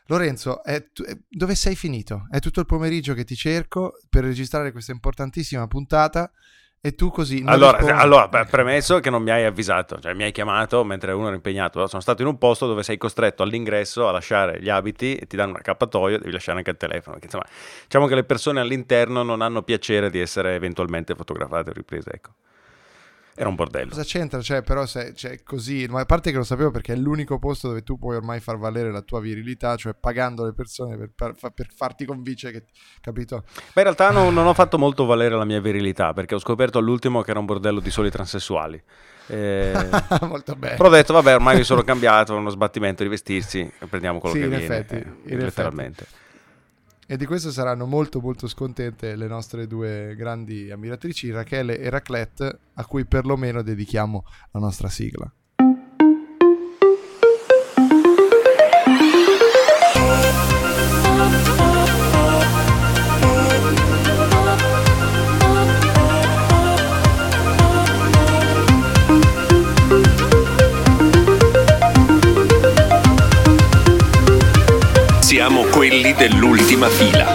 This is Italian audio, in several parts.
Lorenzo, dove sei finito? È tutto il pomeriggio che ti cerco per registrare questa importantissima puntata e tu così non rispondi. Allora, premesso che non mi hai avvisato, cioè mi hai chiamato mentre uno era impegnato. Sono stato in un posto dove sei costretto all'ingresso a lasciare gli abiti e ti danno un accappatoio, devi lasciare anche il telefono. Insomma, diciamo che le persone all'interno non hanno piacere di essere eventualmente fotografate o riprese, ecco. Era un bordello. Cosa c'entra? Cioè, però se così, ma a parte che lo sapevo perché è l'unico posto dove tu puoi ormai far valere la tua virilità, cioè pagando le persone per farti convincere che, capito? Beh, in realtà non ho fatto molto valere la mia virilità, perché ho scoperto all'ultimo che era un bordello di soli transessuali. Molto bene. Però ho detto, vabbè, ormai mi sono cambiato, uno sbattimento di vestirsi, e prendiamo quello che in viene, effetti. letteralmente. E di questo saranno molto molto scontente le nostre due grandi ammiratrici, Rachele e Raclette, a cui perlomeno dedichiamo la nostra sigla. Siamo quelli dell'ultima fila.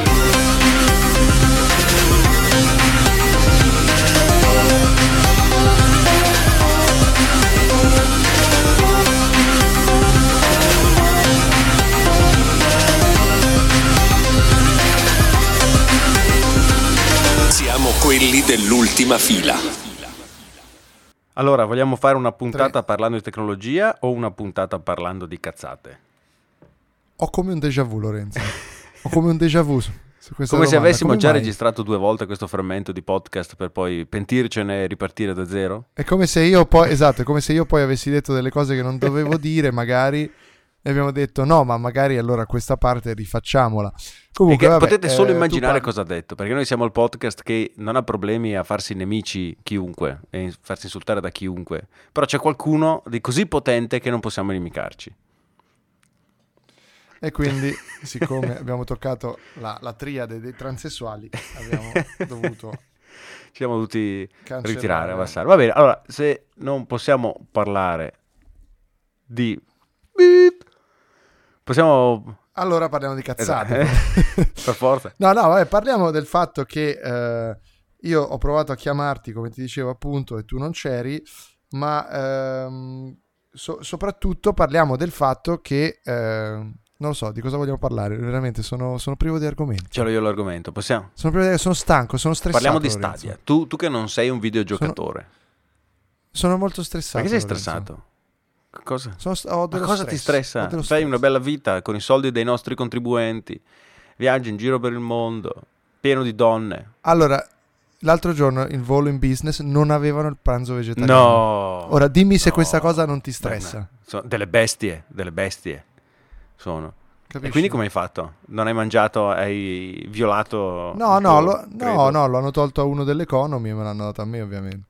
Siamo quelli dell'ultima fila. Allora, vogliamo fare una puntata parlando di tecnologia o una puntata parlando di cazzate? Ho come un déjà vu, Lorenzo. Ho come un déjà vu su questa Come se domanda. avessimo Come già mai? registrato 2 volte questo frammento di podcast per poi pentircene e ripartire da zero? È come se io poi, esatto, è come se io poi avessi detto delle cose che non dovevo dire, magari, e abbiamo detto no, ma magari allora questa parte rifacciamola. Comunque, vabbè, potete solo immaginare cosa ha detto, perché noi siamo il podcast che non ha problemi a farsi nemici chiunque e farsi insultare da chiunque, però c'è qualcuno di così potente che non possiamo inimicarci. E quindi, siccome abbiamo toccato la triade dei transessuali, abbiamo dovuto Ci siamo dovuti cancellare. ritirare, abbassare. Va bene, allora, se non possiamo parlare di... possiamo... Allora parliamo di cazzate. Esatto. Per forza. No, vabbè, parliamo del fatto che io ho provato a chiamarti, come ti dicevo appunto, e tu non c'eri, ma soprattutto parliamo del fatto che... non lo so, di cosa vogliamo parlare? Veramente sono privo di argomenti. Ce l'ho io l'argomento, possiamo? Sono stanco, sono stressato. Parliamo di Lorenzo. Stadia. Tu che non sei un videogiocatore. Sono molto stressato. Perché sei Lorenzo. stressato? Cosa? Ho dello Ma cosa stress, ti stressa? ho dello Fai stress. una bella vita con i soldi dei nostri contribuenti. Viaggi in giro per il mondo, pieno di donne. Allora, l'altro giorno il volo in business non avevano il pranzo vegetariano. No. Ora dimmi se No. questa cosa non ti stressa. Sono delle bestie sono. Capisci? E quindi come hai fatto? Non hai mangiato, hai violato? No, il tuo credo? lo hanno tolto a uno dell'economy e me l'hanno dato a me, ovviamente.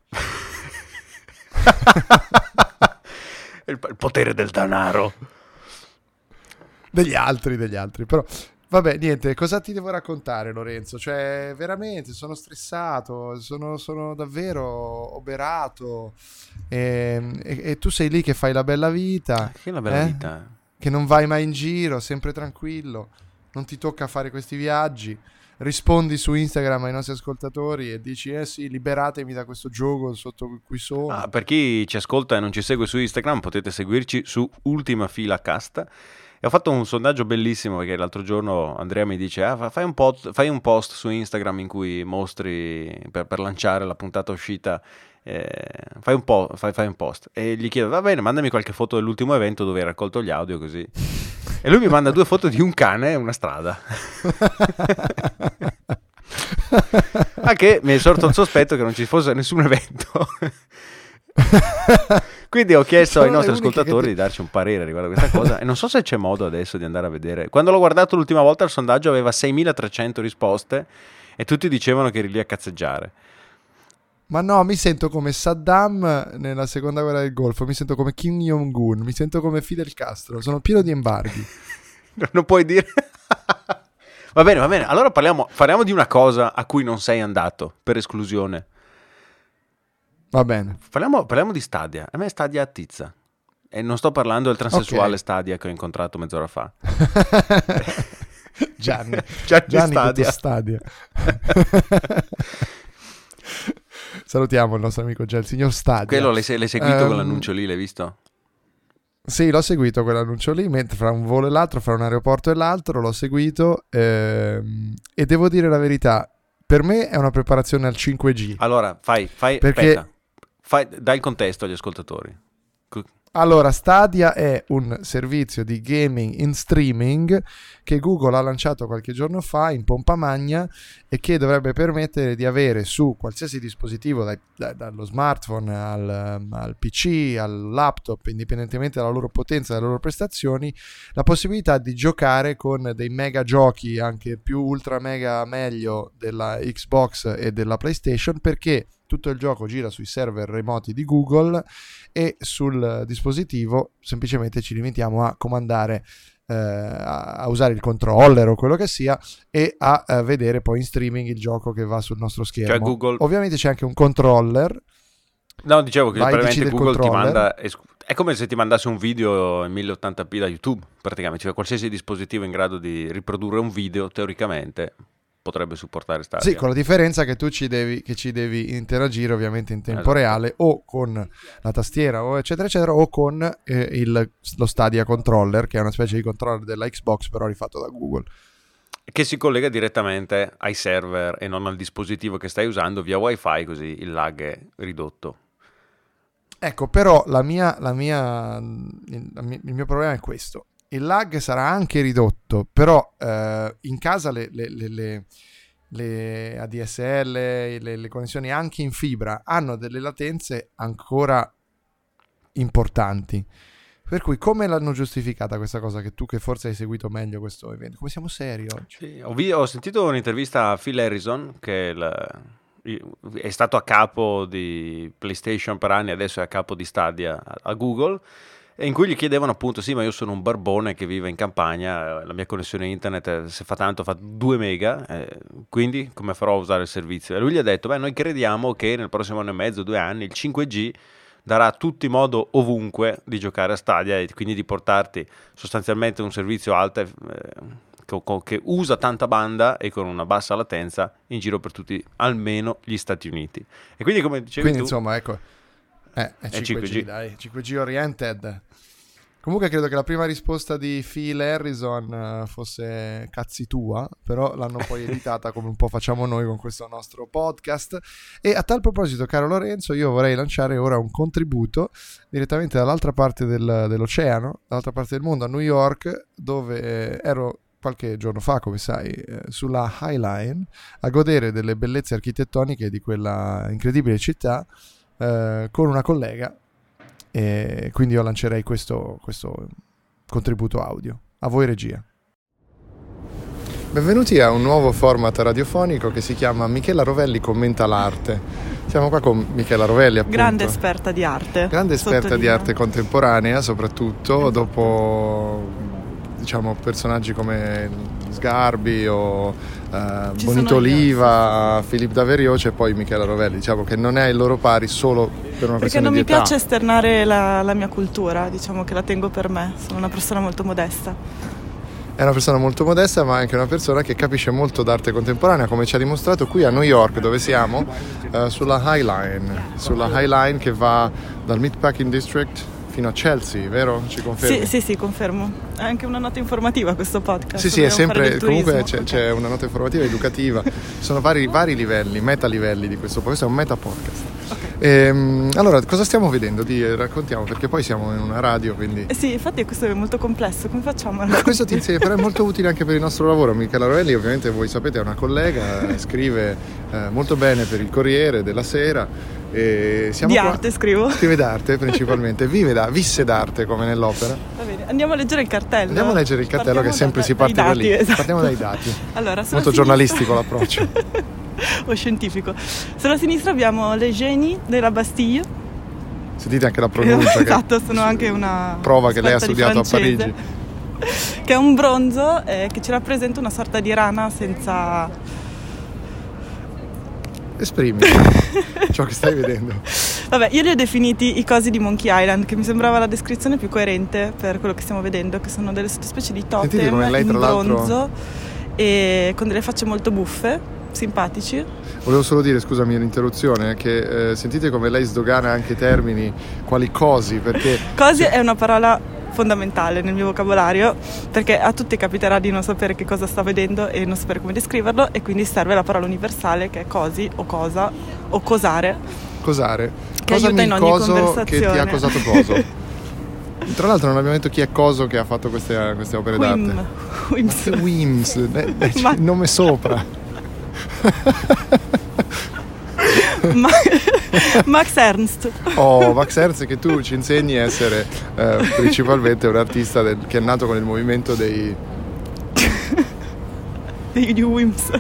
il potere del denaro. Degli altri, però vabbè, niente, cosa ti devo raccontare, Lorenzo? Cioè, veramente sono stressato, sono davvero oberato e tu sei lì che fai la bella vita, Che è una bella vita. che non vai mai in giro, sempre tranquillo, non ti tocca fare questi viaggi, rispondi su Instagram ai nostri ascoltatori e dici sì, liberatemi da questo gioco sotto cui sono. Ah, per chi ci ascolta e non ci segue su Instagram, potete seguirci su Ultima Fila Cast. E ho fatto un sondaggio bellissimo perché l'altro giorno Andrea mi dice fai un post su Instagram in cui mostri per lanciare la puntata uscita, fai un post, e gli chiedo va bene, mandami qualche foto dell'ultimo evento dove hai raccolto gli audio così, e lui mi manda 2 foto di un cane e una strada. Anche mi è sorto il sospetto che non ci fosse nessun evento. Quindi ho chiesto ai nostri ascoltatori di darci un parere riguardo a questa cosa e non so se c'è modo adesso di andare a vedere. Quando l'ho guardato l'ultima volta il sondaggio aveva 6.300 risposte e tutti dicevano che eri lì a cazzeggiare. Ma no, mi sento come Saddam nella seconda guerra del Golfo, mi sento come Kim Jong-un, mi sento come Fidel Castro, sono pieno di embarghi. Non puoi dire... Va bene, allora parliamo di una cosa a cui non sei andato per esclusione. Va bene. Parliamo di Stadia. A me Stadia attizza. E non sto parlando del transessuale Stadia che ho incontrato mezz'ora fa. Gianni Stadia. Stadia. Salutiamo il nostro amico il signor Stadia. Quello l'hai seguito quell'annuncio lì, l'hai visto? Sì, l'ho seguito quell'annuncio lì, mentre fra un volo e l'altro, fra un aeroporto e l'altro, l'ho seguito e devo dire la verità, per me è una preparazione al 5G. Allora, perché dai il contesto agli ascoltatori. Allora, Stadia è un servizio di gaming in streaming che Google ha lanciato qualche giorno fa in pompa magna e che dovrebbe permettere di avere su qualsiasi dispositivo, dallo smartphone al PC, al laptop, indipendentemente dalla loro potenza e dalle loro prestazioni, la possibilità di giocare con dei mega giochi anche più ultra mega meglio della Xbox e della PlayStation, perché tutto il gioco gira sui server remoti di Google e sul dispositivo semplicemente ci limitiamo a comandare, a usare il controller o quello che sia e a vedere poi in streaming il gioco che va sul nostro schermo. Cioè Google... Ovviamente c'è anche un controller. No, dicevo che praticamente Google ti controller. manda... È come se ti mandasse un video in 1080p da YouTube, praticamente. Cioè qualsiasi dispositivo in grado di riprodurre un video, teoricamente... potrebbe supportare Stadia. Sì, con la differenza che tu ci devi interagire ovviamente in tempo reale o con la tastiera o eccetera eccetera o con lo Stadia Controller, che è una specie di controller della Xbox però rifatto da Google, che si collega direttamente ai server e non al dispositivo che stai usando via wifi, così il lag è ridotto. Ecco, però il mio problema è questo. Il lag sarà anche ridotto, però in casa le ADSL, le connessioni anche in fibra hanno delle latenze ancora importanti. Per cui come l'hanno giustificata questa cosa, che tu che forse hai seguito meglio questo evento? Come siamo seri oggi? Sì, ho sentito un'intervista a Phil Harrison, che è stato a capo di PlayStation per anni, adesso è a capo di Stadia a Google, in cui gli chiedevano appunto: sì, ma io sono un barbone che vive in campagna, la mia connessione internet se fa tanto fa 2 mega, quindi come farò a usare il servizio? E lui gli ha detto: beh, noi crediamo che nel prossimo anno e mezzo, 2 anni, il 5G darà a tutti modo ovunque di giocare a Stadia e quindi di portarti sostanzialmente un servizio alto che usa tanta banda e con una bassa latenza in giro per tutti, almeno gli Stati Uniti. E quindi, come dicevi quindi tu, insomma, ecco, è 5G, dai, 5G oriented. Comunque credo che la prima risposta di Phil Harrison fosse cazzi tua, però l'hanno poi editata come un po' facciamo noi con questo nostro podcast. E a tal proposito, caro Lorenzo, io vorrei lanciare ora un contributo direttamente dall'altra parte dell'oceano, dall'altra parte del mondo, a New York, dove ero qualche giorno fa, come sai, sulla High Line a godere delle bellezze architettoniche di quella incredibile città con una collega. E quindi io lancerei questo contributo audio. A voi regia. Benvenuti a un nuovo format radiofonico che si chiama Michela Rovelli commenta l'arte. Siamo qua con Michela Rovelli, appunto. Grande esperta di arte. Grande esperta di arte contemporanea, soprattutto dopo, diciamo, personaggi come Sgarbi o Bonito Oliva, Philippe Daverio, c'è poi Michela Rovelli. Diciamo che non è il loro pari solo per una questione di età. Perché non mi piace esternare la mia cultura, diciamo che la tengo per me, sono una persona molto modesta. È una persona molto modesta, ma anche una persona che capisce molto d'arte contemporanea, come ci ha dimostrato qui a New York, dove siamo, sulla High Line che va dal Meatpacking District fino a Chelsea, vero? Ci confermi? Sì, confermo. È anche una nota informativa questo podcast. Sì, è sempre, comunque c'è una nota informativa educativa. Ci sono vari livelli, meta livelli di questo è un meta podcast. Okay. Allora, cosa stiamo vedendo? Raccontiamo, perché poi siamo in una radio, quindi... Sì, infatti questo è molto complesso, come facciamo? Questo ti insegna, però è molto utile anche per il nostro lavoro. Michela Rovelli, ovviamente voi sapete, è una collega, scrive molto bene per il Corriere della Sera. E siamo di qua. Arte scrivo. Scrive d'arte principalmente, visse d'arte come nell'opera. Va bene, andiamo a leggere il cartello. Andiamo a leggere il cartello, che sempre si parte da lì. Esatto. Partiamo dai dati. Allora, molto giornalistico l'approccio. O scientifico. Sulla sinistra abbiamo Les Génies della Bastille. Sentite anche la pronuncia. Esatto, sono anche una prova che lei ha studiato a Parigi. Che è un bronzo che ci rappresenta una sorta di rana senza... Esprimi ciò che stai vedendo. Vabbè, io li ho definiti i cosi di Monkey Island, che mi sembrava la descrizione più coerente per quello che stiamo vedendo, che sono delle sottospecie di Sentite come totem lei, in tra l'altro, bronzo e con delle facce molto buffe, simpatici. Volevo solo dire, scusami l'interruzione, che sentite come lei sdogana anche termini quali cosi, perché Cosi è una parola fondamentale nel mio vocabolario, perché a tutti capiterà di non sapere che cosa sta vedendo e non sapere come descriverlo, e quindi serve la parola universale che è cosi o cosa o cosare, cosare. che Cosami aiuta in il ogni coso conversazione. che ti ha cosato coso. Tra l'altro non abbiamo detto chi è coso che ha fatto queste opere d'arte. Wims. Wims, Ma- il nome sopra. Max Ernst. Oh, Max Ernst, che tu ci insegni a essere principalmente un artista che è nato con il movimento dei Wims.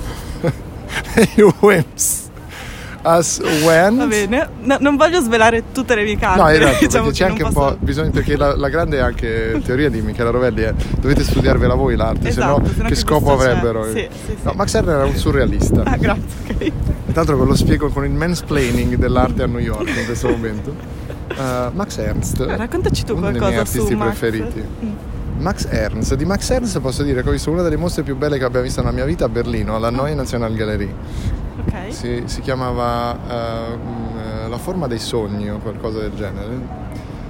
Wims. As when? Va bene, no, non voglio svelare tutte le mie carte. No, esatto, diciamo perché c'è che anche non un posso- po' bisogno, perché la grande anche teoria di Michela Rovelli è dovete studiarvela voi l'arte, Esatto, se sennò no che che scopo gusto c'è? avrebbero? Sì, sì. No, Max Ernst era un surrealista. Ah, grazie, ok. E tra l'altro ve lo spiego con il mansplaining dell'arte a New York in questo momento. Max Ernst, Raccontaci tu uno dei qualcosa miei artisti su Max. preferiti. Max Ernst, di Max Ernst posso dire che ho visto una delle mostre più belle che abbia visto nella mia vita a Berlino, alla Neue Nationalgalerie. Ok. Si chiamava La forma dei sogni o qualcosa del genere.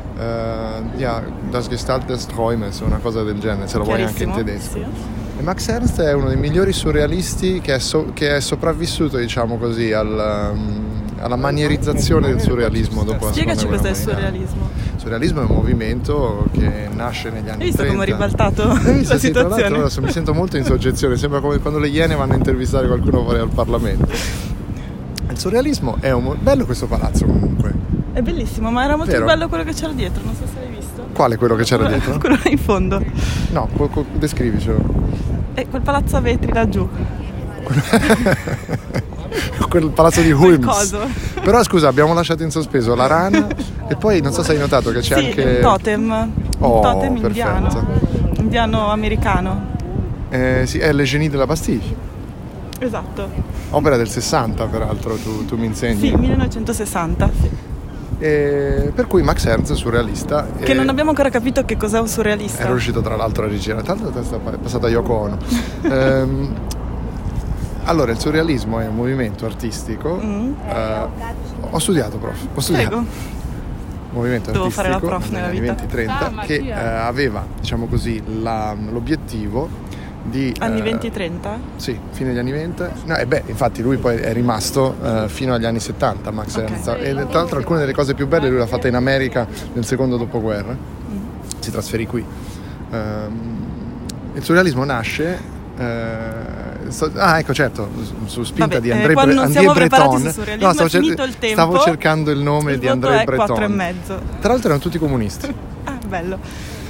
Das Gestalt des Träumens, una cosa del genere, se lo vuoi anche in Chiarissimo, tedesco. sì. E Max Ernst è uno dei migliori surrealisti che è sopravvissuto, diciamo così, alla manierizzazione del surrealismo dopo la Spiegaci seconda cos'è il guerra mondiale. surrealismo. Il surrealismo è un movimento che nasce negli anni Hai visto 30. come ho ribaltato Hai visto? la Sì, tra situazione? l'altro adesso mi sento molto in soggezione, sembra come quando le Iene vanno a intervistare qualcuno fuori al Parlamento. Il surrealismo è bello questo palazzo comunque. È bellissimo, ma era molto Vero? più bello quello che c'era dietro, non so se l'hai visto. Quale quello che c'era dietro? Quello là in fondo. No, descrivicelo. E quel palazzo a vetri laggiù. Quel palazzo di Quel Wims. coso. Però scusa, abbiamo lasciato in sospeso la rana e poi non so se hai notato che c'è Sì, anche un totem. Oh, Un totem indiano. perfetto. Indiano americano. sì, è Le Génie de la Bastille. Esatto. Opera del 60 peraltro, tu mi insegni. Sì, 1960. Sì. Per cui Max Ernst, surrealista. Che non abbiamo ancora capito che cos'è un surrealista. È riuscito tra l'altro a rigirare, tanto è passata Yoko Ono. Allora, il surrealismo è un movimento artistico. Ho studiato, prof. Ho studiato. Prego. Movimento Devo artistico fare la prof nella negli vita. anni 20-30 che aveva, diciamo così, l'obiettivo di Anni 20-30? sì, fine degli anni 20. No, e beh, infatti lui poi è rimasto fino agli anni 70 Max Ok. Ernst, e tra l'altro alcune delle cose più belle lui l'ha fatta in America nel secondo dopoguerra. Si trasferì qui. Il surrealismo nasce ecco, certo, su spinta Vabbè, di André quando non siamo preparati Breton. sul surrealismo è finito il tempo. Stavo cercando il nome Il di voto André è Breton. 4,5. Tra l'altro erano tutti comunisti. Ah, bello.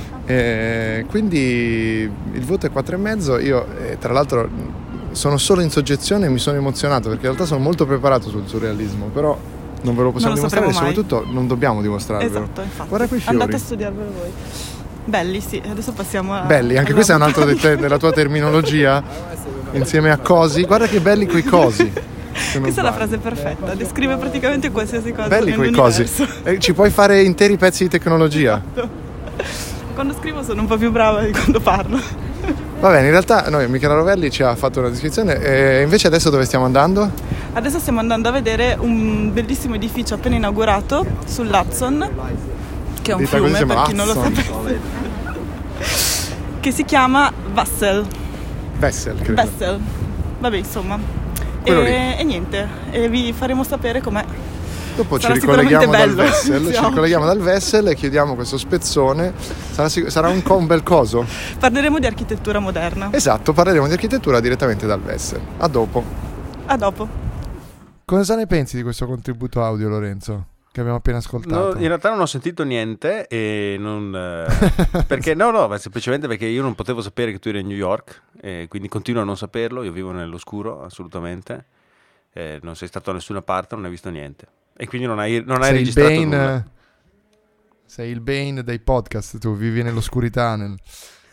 Quindi il voto è 4,5. Io tra l'altro sono solo in soggezione e mi sono emozionato perché in realtà sono molto preparato sul surrealismo, però non ve lo possiamo Non lo dimostrare e sapremo mai. soprattutto non dobbiamo dimostrarvelo. Esatto, infatti. Guarda quei fiori. Andate a studiarvelo voi. Belli, sì. Adesso passiamo a... Belli, anche alla questo è un altro puntata. della tua terminologia insieme a cosi. Guarda che belli quei cosi. se non Questa è la sbaglio. frase perfetta, descrive praticamente qualsiasi cosa Belli quei nell'universo. cosi. Ci puoi fare interi pezzi di tecnologia. Quando scrivo sono un po' più brava di quando parlo. Va bene, in realtà noi Michela Rovelli ci ha fatto una descrizione e invece adesso dove stiamo andando? Adesso stiamo andando a vedere un bellissimo edificio appena inaugurato sull'Hudson, che è un Dita così fiume sembra per chi non lo Hudson. sapesse, che si chiama Wessel. Wessel, credo. Wessel. Vabbè, insomma. Quello lì. E niente, e vi faremo sapere com'è. Dopo ci Sarà ricolleghiamo sicuramente dal bello. Wessel, ci Siamo. ricolleghiamo dal Wessel e chiudiamo questo spezzone. Sarà un bel coso? Parleremo di architettura moderna. Esatto, parleremo di architettura direttamente dal Wessel. A dopo. A dopo. Cosa ne pensi di questo contributo audio, Lorenzo? Che abbiamo appena ascoltato. No, in realtà non ho sentito niente e non perché no, ma semplicemente perché io non potevo sapere che tu eri a New York e quindi continuo a non saperlo. Io vivo nell'oscuro assolutamente, non sei stato da nessuna parte, non hai visto niente e quindi non hai Sei registrato il nulla. Bane, sei il Bane dei podcast, tu vivi nell'oscurità.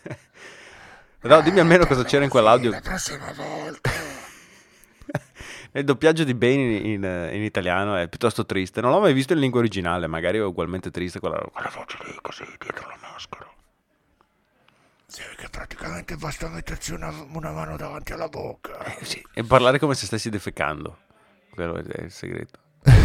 No, dimmi almeno cosa c'era in quell'audio. La prossima volta. Il doppiaggio di Bane in italiano è piuttosto triste. Non l'ho mai visto in lingua originale, magari è ugualmente triste quella voce lì così dietro la maschera. Sì, che praticamente basta metterci una mano davanti alla bocca. Sì. E parlare come se stessi defecando. Quello è il segreto.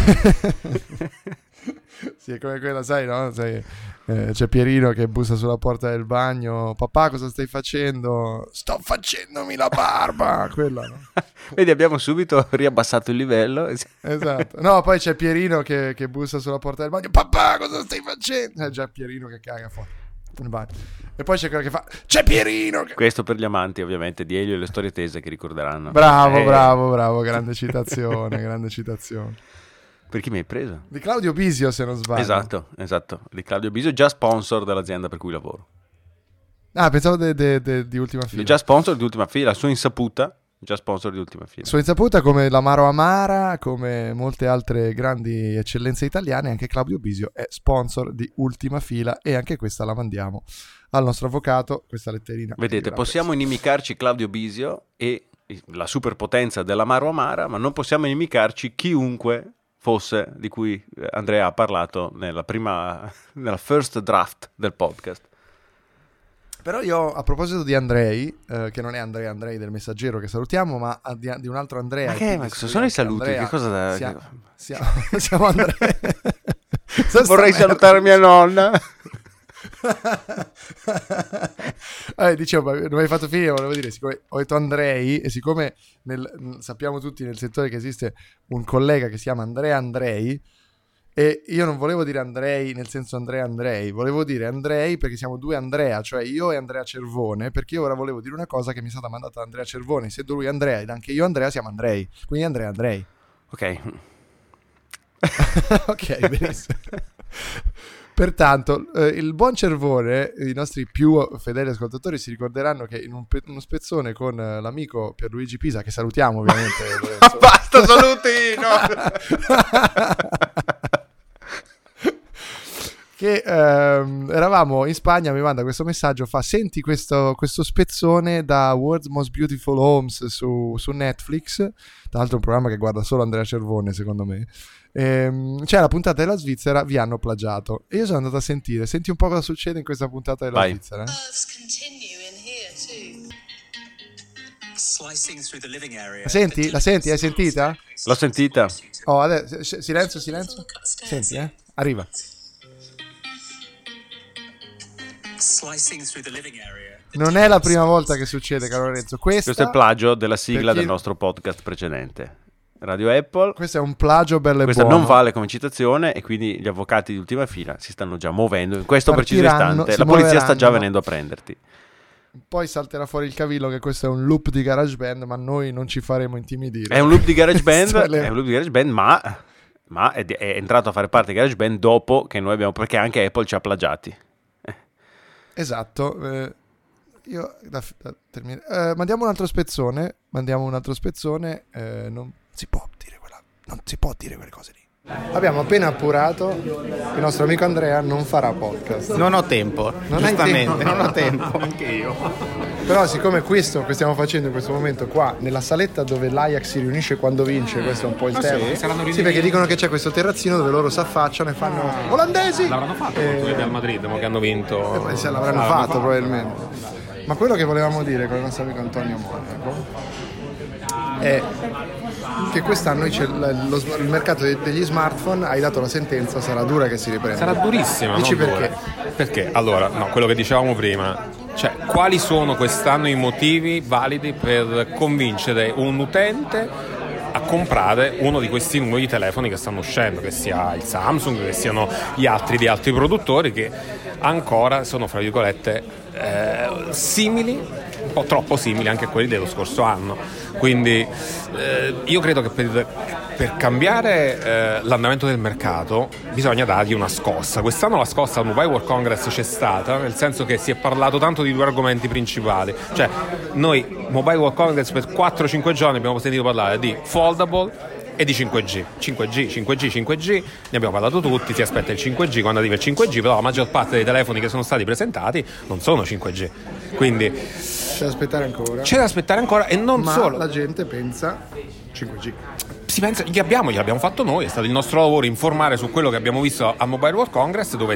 Sì, è come quella, sai, no? Sai, c'è Pierino che bussa sulla porta del bagno. Papà, cosa stai facendo? Sto facendomi la barba. Quella, no? Vedi, abbiamo subito riabbassato il livello. Esatto. No, poi c'è Pierino che bussa sulla porta del bagno. Papà, cosa stai facendo? È già Pierino che caga fuori. E poi c'è quello che fa: c'è Pierino che... Questo per gli amanti, ovviamente, di Elio e le storie tese che ricorderanno. Bravo, grande citazione, grande citazione. Per chi mi hai preso? Di Claudio Bisio, se non sbaglio. Esatto, di Claudio Bisio, già sponsor dell'azienda per cui lavoro. Ah, pensavo di Ultima Fila. Già sponsor di Ultima Fila, su insaputa, già sponsor di Ultima Fila. Su insaputa, come l'Amaro Amara, come molte altre grandi eccellenze italiane, anche Claudio Bisio è sponsor di Ultima Fila e anche questa la mandiamo al nostro avvocato, questa letterina. Vedete, possiamo inimicarci Claudio Bisio e la superpotenza dell'Amaro Amara, ma non possiamo inimicarci chiunque fosse di cui Andrea ha parlato nella first draft del podcast. Però io, a proposito di Andrei, che non è Andrei del Messaggero che salutiamo, ma di un altro Andrea. Ma che? Ma sono i saluti? Andrea, che cosa siamo Andrea. Vorrei salutare mia nonna. Dicevo, non mi hai fatto finire, volevo dire, siccome ho detto Andrei e siccome sappiamo tutti nel settore che esiste un collega che si chiama Andrea Andrei, e io non volevo dire Andrei nel senso Andrei, volevo dire Andrei perché siamo due Andrea, cioè io e Andrea Cervone, perché io ora volevo dire una cosa che mi è stata mandata da Andrea Cervone, essendo lui Andrea ed anche io Andrea siamo Andrei, quindi Andrei. Ok. Ok, benissimo. Pertanto, il buon Cervone, i nostri più fedeli ascoltatori si ricorderanno che in uno spezzone con l'amico Pierluigi Pisa, che salutiamo ovviamente. Basta, salutino! Che eravamo in Spagna, mi manda questo messaggio, fa: senti questo spezzone da World's Most Beautiful Homes su Netflix, tra l'altro un programma che guarda solo Andrea Cervone secondo me. C'è la puntata della Svizzera, vi hanno plagiato e io sono andato a senti un po' cosa succede in questa puntata della Svizzera. La senti? Hai sentita? L'ho sentita. Oh, adesso, silenzio. Senti, arriva. Non è la prima volta che succede, caro Lorenzo. Questo è il plagio della sigla del nostro podcast precedente. Radio Apple. Questo è un plagio bello e questa buono. Non vale come citazione e quindi gli avvocati di Ultima Fila si stanno già muovendo in questo preciso istante. La polizia sta già venendo a prenderti. Poi salterà fuori il cavillo che questo è un loop di GarageBand, ma noi non ci faremo intimidire. È un loop di GarageBand, ma è entrato a fare parte di GarageBand dopo che noi abbiamo, perché anche Apple ci ha plagiati. Esatto. Io mandiamo un altro spezzone. Non si può dire quelle cose lì. Abbiamo appena appurato che il nostro amico Andrea non farà podcast. Non ho tempo, giustamente, non ho tempo. Anche io. Però siccome questo che stiamo facendo in questo momento qua, nella saletta dove l'Ajax si riunisce quando vince, questo è un po' il tema. Sì, perché dicono che c'è questo terrazzino dove loro si affacciano e fanno olandesi! L'avranno fatto al Madrid, che hanno vinto. L'avranno fatto probabilmente. Ma quello che volevamo dire con il nostro amico Antonio Monaco è che quest'anno c'è il mercato degli smartphone, hai dato la sentenza, sarà dura che si riprenda. Sarà durissima. Dici non perché? Dura. Perché? Allora, quello che dicevamo prima, cioè quali sono quest'anno i motivi validi per convincere un utente a comprare uno di questi nuovi telefoni che stanno uscendo, che sia il Samsung, che siano gli altri di altri produttori che ancora sono, fra virgolette, simili, un po' troppo simili anche a quelli dello scorso anno. Quindi io credo che per cambiare l'andamento del mercato bisogna dargli una scossa. Quest'anno la scossa al Mobile World Congress c'è stata, nel senso che si è parlato tanto di due argomenti principali. Cioè, noi Mobile World Congress per 4-5 giorni abbiamo sentito parlare di foldable e di 5G, ne abbiamo parlato tutti, si aspetta il 5G, quando arriva il 5G, però la maggior parte dei telefoni che sono stati presentati non sono 5G, quindi c'è da aspettare ancora e non ma solo. la gente pensa 5G. si pensa, gliel'abbiamo fatto noi, è stato il nostro lavoro informare su quello che abbiamo visto al Mobile World Congress, dove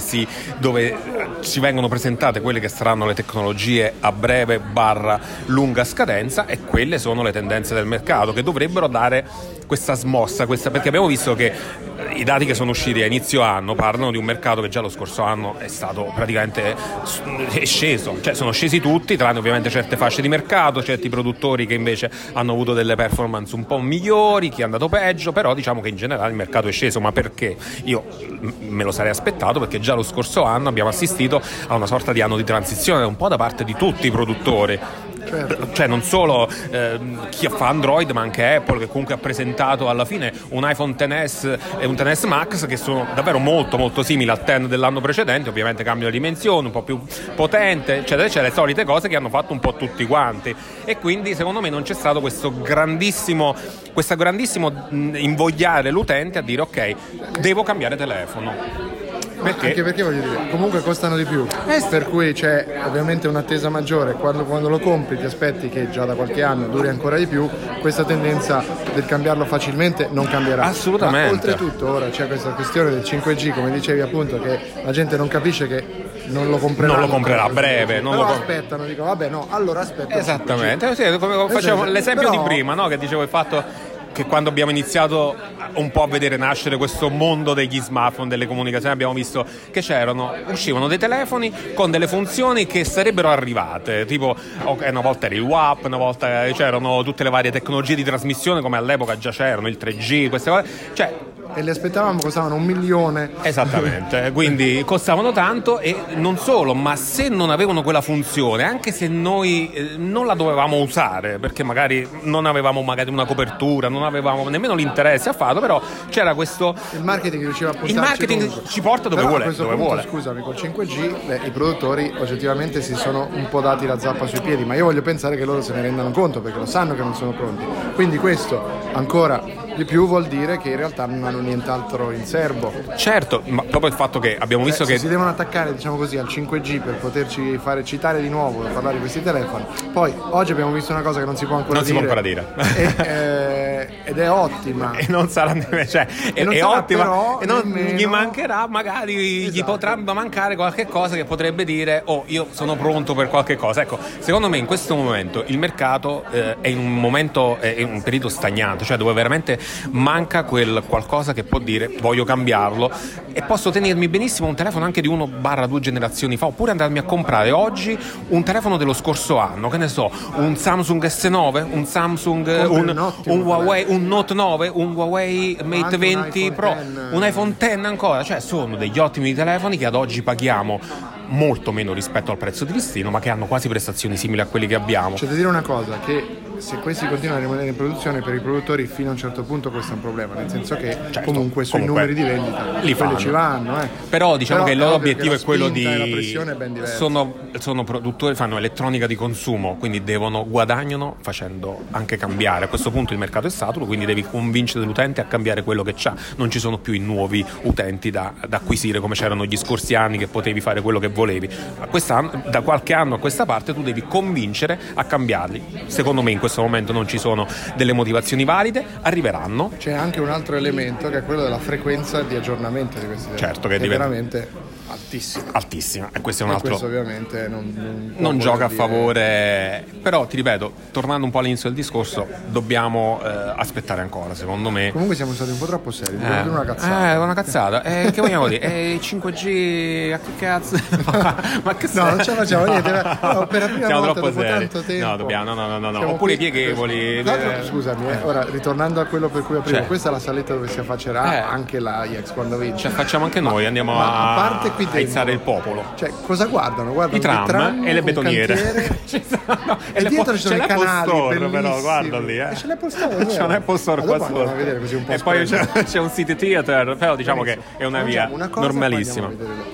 ci vengono presentate quelle che saranno le tecnologie a breve / lunga scadenza, e quelle sono le tendenze del mercato che dovrebbero dare questa smossa, perché abbiamo visto che i dati che sono usciti a inizio anno parlano di un mercato che già lo scorso anno è stato praticamente sceso, cioè sono scesi tutti, tranne ovviamente certe fasce di mercato, certi produttori che invece hanno avuto delle performance un po' migliori, chi è andato peggio, però diciamo che in generale il mercato è sceso. Ma perché? Io me lo sarei aspettato, perché già lo scorso anno abbiamo assistito a una sorta di anno di transizione un po' da parte di tutti i produttori. Certo. Cioè non solo chi fa Android, ma anche Apple, che comunque ha presentato alla fine un iPhone XS e un XS Max che sono davvero molto molto simili al X dell'anno precedente, ovviamente cambiano le dimensioni, un po' più potente, eccetera, le solite cose che hanno fatto un po' tutti quanti. E quindi secondo me non c'è stato questo grandissimo invogliare l'utente a dire ok, devo cambiare telefono. Perché? Anche perché voglio dire, comunque costano di più, per cui c'è ovviamente un'attesa maggiore. Quando lo compri ti aspetti che già da qualche anno duri ancora di più. Questa tendenza del cambiarlo facilmente non cambierà assolutamente. Ma oltretutto ora c'è questa questione del 5G, come dicevi appunto, che la gente non capisce che non lo comprerà a breve, aspettano, dicono vabbè no, allora aspetta. Esattamente, sì, come facciamo l'esempio di prima, no? Che dicevo il fatto che quando abbiamo iniziato un po' a vedere nascere questo mondo degli smartphone, delle comunicazioni, abbiamo visto che uscivano dei telefoni con delle funzioni che sarebbero arrivate, tipo una volta era il WAP, una volta c'erano tutte le varie tecnologie di trasmissione, come all'epoca già c'erano il 3G, queste cose, e le aspettavamo, costavano 1 milione. Esattamente, quindi costavano tanto, e non solo, ma se non avevano quella funzione, anche se noi non la dovevamo usare, perché magari non avevamo una copertura, non avevamo nemmeno l'interesse a farlo, però c'era questo. Il marketing riusciva a portarci. Il marketing ci porta dove vuole. Scusami, col 5G i produttori oggettivamente si sono un po' dati la zappa sui piedi, ma io voglio pensare che loro se ne rendano conto, perché lo sanno che non sono pronti. Quindi questo ancora di più vuol dire che in realtà non hanno nient'altro in serbo. Certo, ma proprio il fatto che abbiamo visto che si devono attaccare, diciamo così, al 5G per poterci fare citare di nuovo, per parlare di questi telefoni. Poi oggi abbiamo visto una cosa che non si può ancora dire. Ed è ottima. E non sarà è ottima, e non gli mancherà, magari gli potrà mancare qualche cosa che potrebbe dire io sono pronto per qualche cosa. Ecco, secondo me in questo momento il mercato è in un periodo stagnante, cioè dove veramente manca quel qualcosa che può dire voglio cambiarlo, e posso tenermi benissimo un telefono anche di 1/2 generazioni fa, oppure andarmi a comprare oggi un telefono dello scorso anno, che ne so, un Samsung S9, un Samsung, un Huawei, un Note 9, un Huawei Mate 20 Pro, un iPhone X ancora, cioè sono degli ottimi telefoni che ad oggi paghiamo molto meno rispetto al prezzo di listino, ma che hanno quasi prestazioni simili a quelli che abbiamo. C'è da dire una cosa, che se questi continuano a rimanere in produzione, per i produttori fino a un certo punto questo è un problema, nel senso che comunque sui numeri di vendita quelli ci vanno. Però diciamo che il loro obiettivo è quello di la pressione è ben diversa. Sono produttori, fanno elettronica di consumo, quindi guadagnano facendo anche cambiare. A questo punto il mercato è saturo, quindi devi convincere l'utente a cambiare quello che c'ha. Non ci sono più i nuovi utenti da acquisire come c'erano gli scorsi anni, che potevi fare quello che volevi. Da qualche anno a questa parte tu devi convincere a cambiarli. Secondo me in questo momento non ci sono delle motivazioni valide, arriverannon. C'è anche un altro elemento, che è quello della frequenza di aggiornamento di questi telefoni, certo, che è veramente altissima, e questo è un altro. Questo ovviamente non gioca a favore, però ti ripeto, tornando un po' all'inizio del discorso, dobbiamo aspettare ancora, secondo me. Comunque siamo stati un po' troppo seri, una cazzata. Una cazzata. Che vogliamo dire? 5G, a che cazzo? Ma che no, non ce la facciamo niente. Per la prima siamo volta troppo dopo seri. Tanto tempo. No, dobbiamo, no. Oppure pieghevoli. Scusami, ora ritornando a quello per cui aprivo, questa è la saletta dove si affaccerà anche l'Ajax quando vince. Facciamo anche noi, andiamo a parte qui dentro, aizzare il popolo. Cioè, cosa guardano? Guardano i tram e le betoniere. E dietro ci sono i canali Store, però guarda lì. C'è l'Apple Store, c'è un Apple Store qua sotto. E poi c'è un City Theater, però diciamo che è una via normalissima.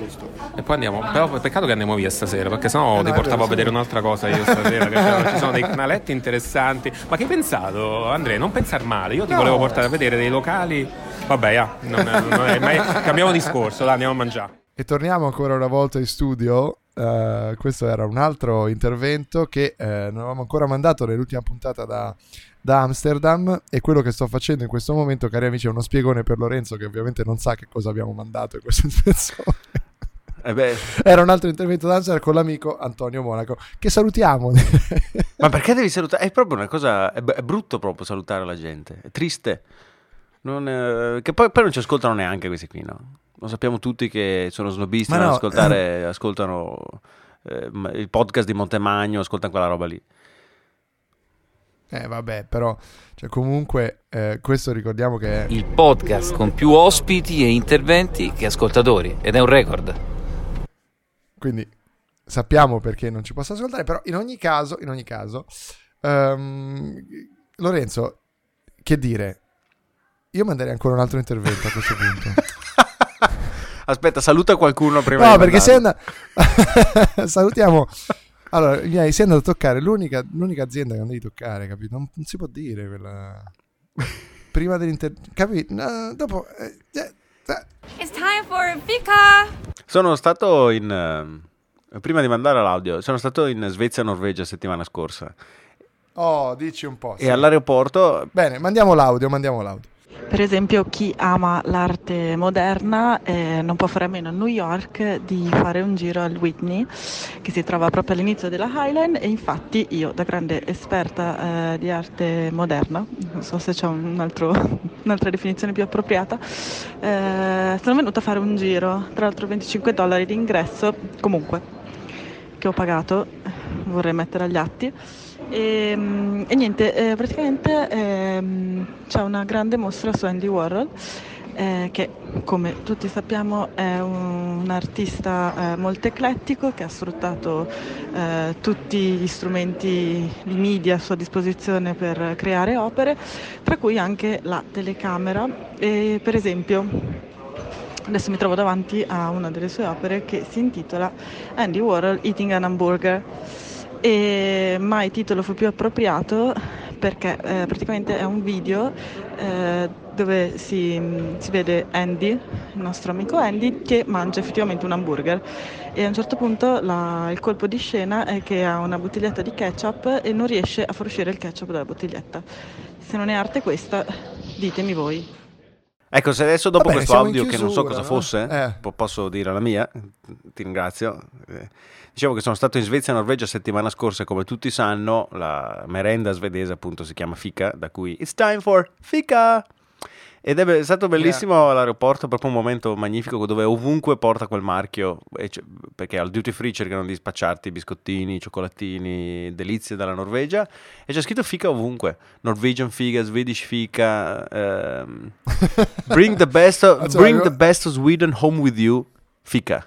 E poi andiamo, però peccato che andiamo via stasera, perché sennò ti portavo a vedere un'altra cosa io stasera, che ci sono dei canaletti interessanti. Ma che hai pensato, Andrea? Non pensare male, io ti volevo portare a vedere dei locali. Vabbè, non è mai. Cambiamo discorso, dai, andiamo a mangiare. E torniamo ancora una volta in studio. questo era un altro intervento che non avevamo ancora mandato nell'ultima puntata da Amsterdam, e quello che sto facendo in questo momento, cari amici, è uno spiegone per Lorenzo, che ovviamente non sa che cosa abbiamo mandato in questa spezzone. Era un altro intervento da Amsterdam con l'amico Antonio Monaco, che salutiamo. Ma perché devi salutare? È proprio una cosa, è brutto proprio salutare la gente, è triste. Che poi non ci ascoltano neanche questi qui, no? Lo sappiamo tutti che sono snobisti, Ma no, ascoltano il podcast di Montemagno, ascoltano quella roba lì. Vabbè, però cioè, comunque questo ricordiamo che è il podcast con più ospiti e interventi che ascoltatori, ed è un record. Quindi sappiamo perché non ci possa ascoltare, però in ogni caso Lorenzo, che dire, io manderei ancora un altro intervento a questo punto. Aspetta, saluta qualcuno prima no, di perché mandarlo. salutiamo. Allora, sei andato a toccare l'unica azienda che non devi toccare, capito? Non si può dire quella prima dell'intervento, capito? No, dopo It's time for Fika! Sono stato prima di mandare l'audio, sono stato in Svezia e Norvegia settimana scorsa. Oh, dici un po'. E all'aeroporto... Bene, mandiamo l'audio. Per esempio, chi ama l'arte moderna non può fare a meno a New York di fare un giro al Whitney, che si trova proprio all'inizio della Highland, e infatti io, da grande esperta di arte moderna, non so se c'è un'altra definizione più appropriata, sono venuta a fare un giro, tra l'altro $25 di ingresso, comunque, che ho pagato, vorrei mettere agli atti. E niente, praticamente c'è una grande mostra su Andy Warhol, che come tutti sappiamo è un artista molto eclettico, che ha sfruttato tutti gli strumenti di media a sua disposizione per creare opere, tra cui anche la telecamera. E per esempio adesso mi trovo davanti a una delle sue opere che si intitola Andy Warhol Eating an Hamburger. E mai titolo fu più appropriato, perché praticamente è un video dove si vede Andy, il nostro amico Andy, che mangia effettivamente un hamburger, e a un certo punto il colpo di scena è che ha una bottiglietta di ketchup e non riesce a far uscire il ketchup dalla bottiglietta. Se non è arte questa, ditemi voi. Ecco, se adesso dopo questo audio, chiusura, che non so cosa no? fosse, posso dire la mia, ti ringrazio. Dicevo che sono stato in Svezia e Norvegia settimana scorsa, e come tutti sanno la merenda svedese appunto si chiama Fika, da cui it's time for Fika, ed è stato bellissimo all'aeroporto, proprio un momento magnifico dove ovunque porta quel marchio, perché al duty free cercano di spacciarti biscottini, cioccolatini, delizie dalla Norvegia, e c'è scritto Fika ovunque, Norwegian Fika, Swedish Fika, bring the best of Sweden home with you, Fika.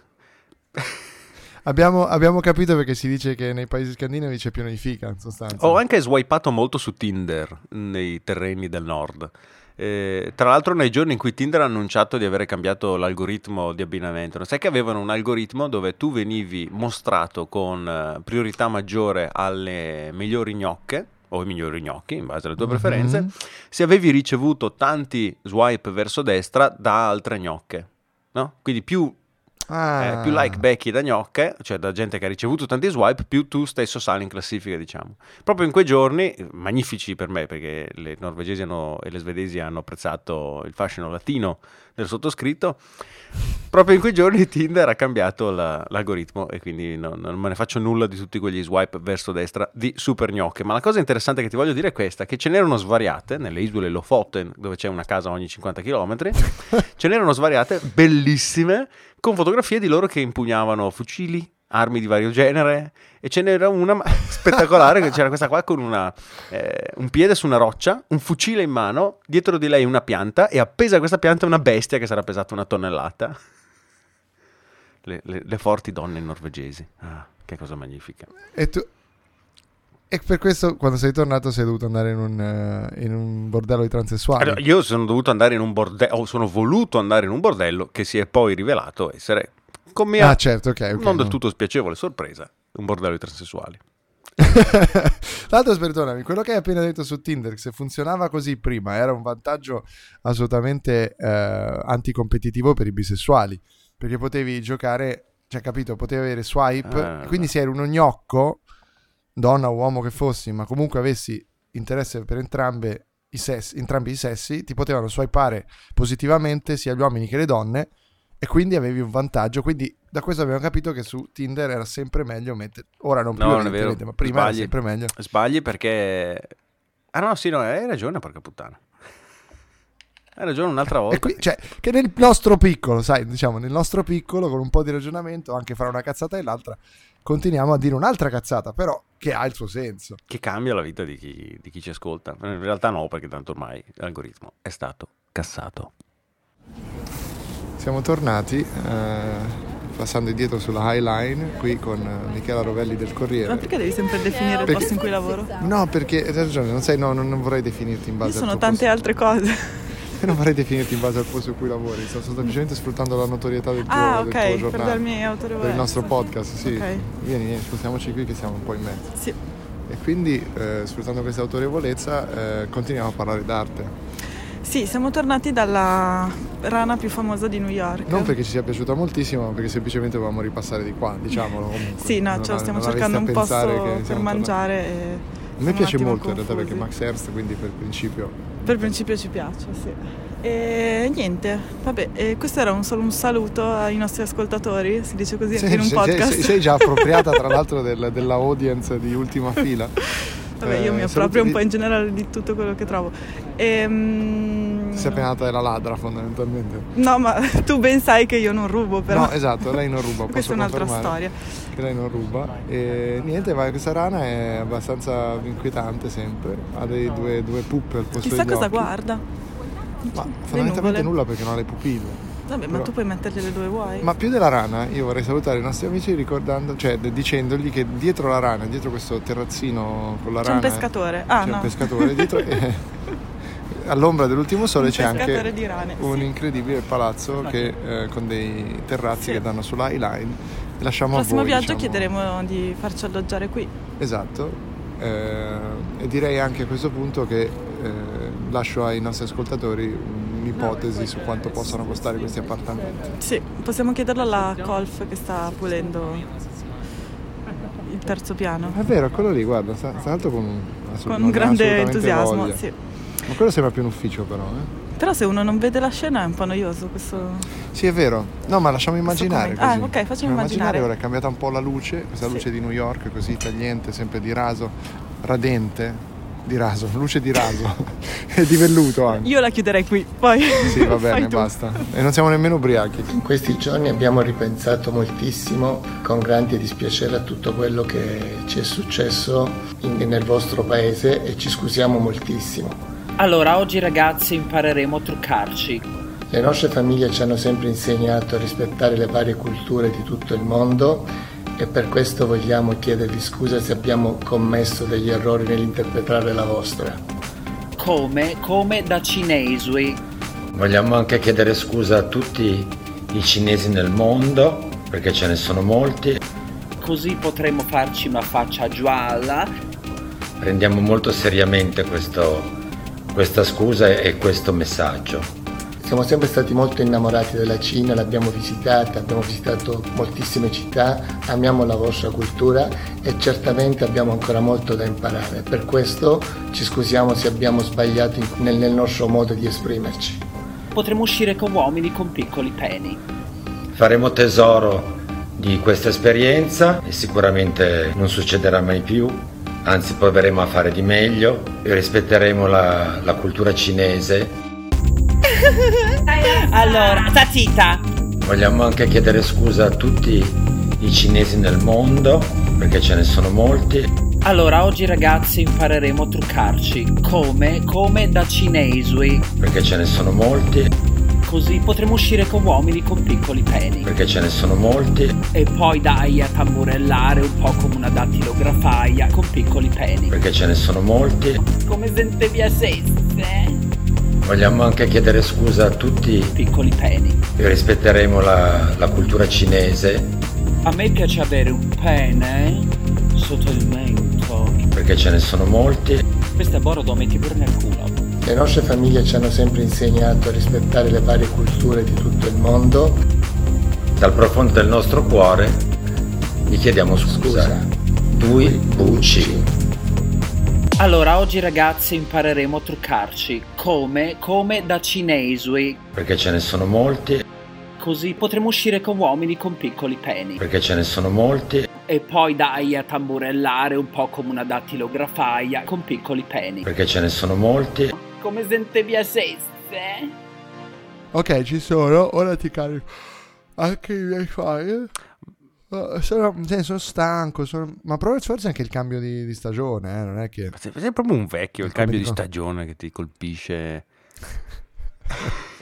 Abbiamo capito perché si dice che nei paesi scandinavi c'è pieno di fica, in sostanza. Ho anche swipato molto su Tinder nei terreni del nord. Tra l'altro nei giorni in cui Tinder ha annunciato di avere cambiato l'algoritmo di abbinamento, sai che avevano un algoritmo dove tu venivi mostrato con priorità maggiore alle migliori gnocche o i migliori gnocchi in base alle tue preferenze, se avevi ricevuto tanti swipe verso destra da altre gnocche, no? Quindi più like becchi da gnocche, cioè da gente che ha ricevuto tanti swipe, più tu stesso sali in classifica, diciamo. Proprio in quei giorni, magnifici per me, perché le norvegesi e le svedesi hanno apprezzato il fascino latino del sottoscritto, proprio in quei giorni Tinder ha cambiato l'algoritmo, e quindi non me ne faccio nulla di tutti quegli swipe verso destra di super gnocche. Ma la cosa interessante che ti voglio dire è questa, che ce n'erano svariate nelle isole Lofoten, dove c'è una casa ogni 50 km, ce n'erano svariate bellissime, con fotografie di loro che impugnavano fucili, armi di vario genere, e ce n'era una spettacolare, che c'era questa qua con un piede su una roccia, un fucile in mano, dietro di lei una pianta, e appesa a questa pianta una bestia che sarà pesata 1 tonnellata. Le forti donne norvegesi. Ah, che cosa magnifica. E per questo quando sei tornato sei dovuto andare in un bordello di transessuali? Allora, io sono dovuto andare in un bordello, o sono voluto andare in un bordello che si è poi rivelato essere, con mia certo, okay, non del tutto spiacevole sorpresa, un bordello di transessuali. L'altro, perdonami, quello che hai appena detto su Tinder, se funzionava così prima, era un vantaggio assolutamente anticompetitivo per i bisessuali, perché potevi giocare, cioè capito, potevi avere swipe, quindi se eri uno gnocco, donna o uomo che fossi, ma comunque avessi interesse per entrambi i sessi, ti potevano swipeare positivamente sia gli uomini che le donne, e quindi avevi un vantaggio. Quindi da questo abbiamo capito che su Tinder era sempre meglio mettere, ora non più, non è vero, ma prima era sempre meglio. Sbagli perché hai ragione, porca puttana. Hai ragione un'altra volta. E qui, cioè, che nel nostro piccolo, sai, diciamo, nel nostro piccolo, con un po' di ragionamento, anche fare una cazzata e l'altra, continuiamo a dire un'altra cazzata, però che ha il suo senso. Che cambia la vita di chi ci ascolta. In realtà no, perché tanto ormai l'algoritmo è stato cassato. Siamo tornati, passando indietro sulla Highline, qui con Michela Rovelli del Corriere. Ma perché devi sempre definire il posto in cui lavoro? No, perché hai ragione, non vorrei definirti in base al tuo tante altre cose. Non vorrei definirti in base al posto in cui lavori, sto semplicemente sfruttando la notorietà del tuo del tuo giornale, per darmi autorevolezza, per il nostro podcast, sì. Okay. Vieni, spostiamoci qui che siamo un po' in mezzo. Sì. E quindi sfruttando questa autorevolezza continuiamo a parlare d'arte. Sì, siamo tornati dalla rana più famosa di New York. Non perché ci sia piaciuta moltissimo, ma perché semplicemente volevamo ripassare di qua, diciamolo comunque. Sì, no, stiamo cercando un posto per mangiare e a me piace molto in realtà, perché Max Ernst, quindi per principio ci piace, sì. E niente, vabbè, questo era solo un saluto ai nostri ascoltatori, si dice così anche in un podcast. Sei già appropriata tra l'altro della audience di Ultima Fila. Vabbè, io mi approprio un po' in generale di tutto quello che trovo. Si è appena data della ladra fondamentalmente. No, ma tu ben sai che io non rubo, però. No, esatto, lei non ruba. Questa è un'altra storia. Che lei non ruba. E niente, ma questa rana è abbastanza inquietante sempre. Ha due puppe al posto Chissà degli cosa occhi. guarda. Ma fondamentalmente nulla, perché non ha le pupille. Vabbè, ma tu puoi mettergliele dove vuoi. Ma più della rana, io vorrei salutare i nostri amici dicendogli che dietro la rana, dietro questo terrazzino con la rana, c'è un pescatore. Un pescatore dietro. All'ombra dell'ultimo sole c'è anche un incredibile palazzo che con dei terrazzi che danno sulla Highline. Lasciamo il prossimo a voi, viaggio chiederemo di farci alloggiare qui. Esatto. E direi anche a questo punto che lascio ai nostri ascoltatori un'ipotesi su quanto possano costare questi appartamenti. Sì, possiamo chiederlo alla Colf che sta pulendo il terzo piano. È vero, quello lì, guarda, tra l'altro con un grande entusiasmo, voglia. Sì. Ma quello sembra più un ufficio, però. Però se uno non vede la scena è un po' noioso questo. Sì, è vero. No, ma lasciamo immaginare così. Ok, facciamo immaginare. Ora è cambiata un po' la luce, questa luce di New York, così tagliente, sempre di raso, radente. Di raso, luce di raso e di velluto anche. Io la chiuderei qui, poi. Sì, va bene, basta. E non siamo nemmeno ubriachi. In questi giorni abbiamo ripensato moltissimo, con grande dispiacere, a tutto quello che ci è successo nel vostro paese, e ci scusiamo moltissimo. Allora, oggi ragazzi impareremo a truccarci. Le nostre famiglie ci hanno sempre insegnato a rispettare le varie culture di tutto il mondo, e per questo vogliamo chiedervi scusa se abbiamo commesso degli errori nell'interpretare la vostra. Come da cinesi. Vogliamo anche chiedere scusa a tutti i cinesi nel mondo, perché ce ne sono molti. Così potremo farci una faccia gialla. Prendiamo molto seriamente questa scusa e questo messaggio. Siamo sempre stati molto innamorati della Cina, l'abbiamo visitata, abbiamo visitato moltissime città, amiamo la vostra cultura e certamente abbiamo ancora molto da imparare. Per questo ci scusiamo se abbiamo sbagliato nel nostro modo di esprimerci. Potremo uscire con uomini con piccoli peni. Faremo tesoro di questa esperienza e sicuramente non succederà mai più, anzi proveremo a fare di meglio e rispetteremo la cultura cinese. Allora, Tatita. Vogliamo anche chiedere scusa a tutti i cinesi nel mondo, perché ce ne sono molti. Allora, oggi ragazzi impareremo a truccarci. Come da cinesi. Perché ce ne sono molti. Così potremo uscire con uomini con piccoli peni. Perché ce ne sono molti. E poi dai a tamburellare un po' come una dattilografaia con piccoli peni. Perché ce ne sono molti. Come sentevi a seste? Vogliamo anche chiedere scusa a tutti i piccoli peni e rispetteremo la cultura cinese. A me piace avere un pene sotto il mento. Perché ce ne sono molti. Questo è Borodo, metti pure nel culo. Le nostre famiglie ci hanno sempre insegnato a rispettare le varie culture di tutto il mondo. Dal profondo del nostro cuore gli chiediamo scusa. Due bucci. Allora, oggi ragazzi impareremo a truccarci come da cinesi. Perché ce ne sono molti. Così potremo uscire con uomini con piccoli peni. Perché ce ne sono molti. E poi dai a tamburellare un po' come una dattilografaia con piccoli peni. Perché ce ne sono molti. Come se vi assesse. Ok, ci sono, ora ti carico anche i miei file. Sono stanco, ma forse anche il cambio di stagione, non è che... Sei proprio un vecchio, il cambio di stagione che ti colpisce.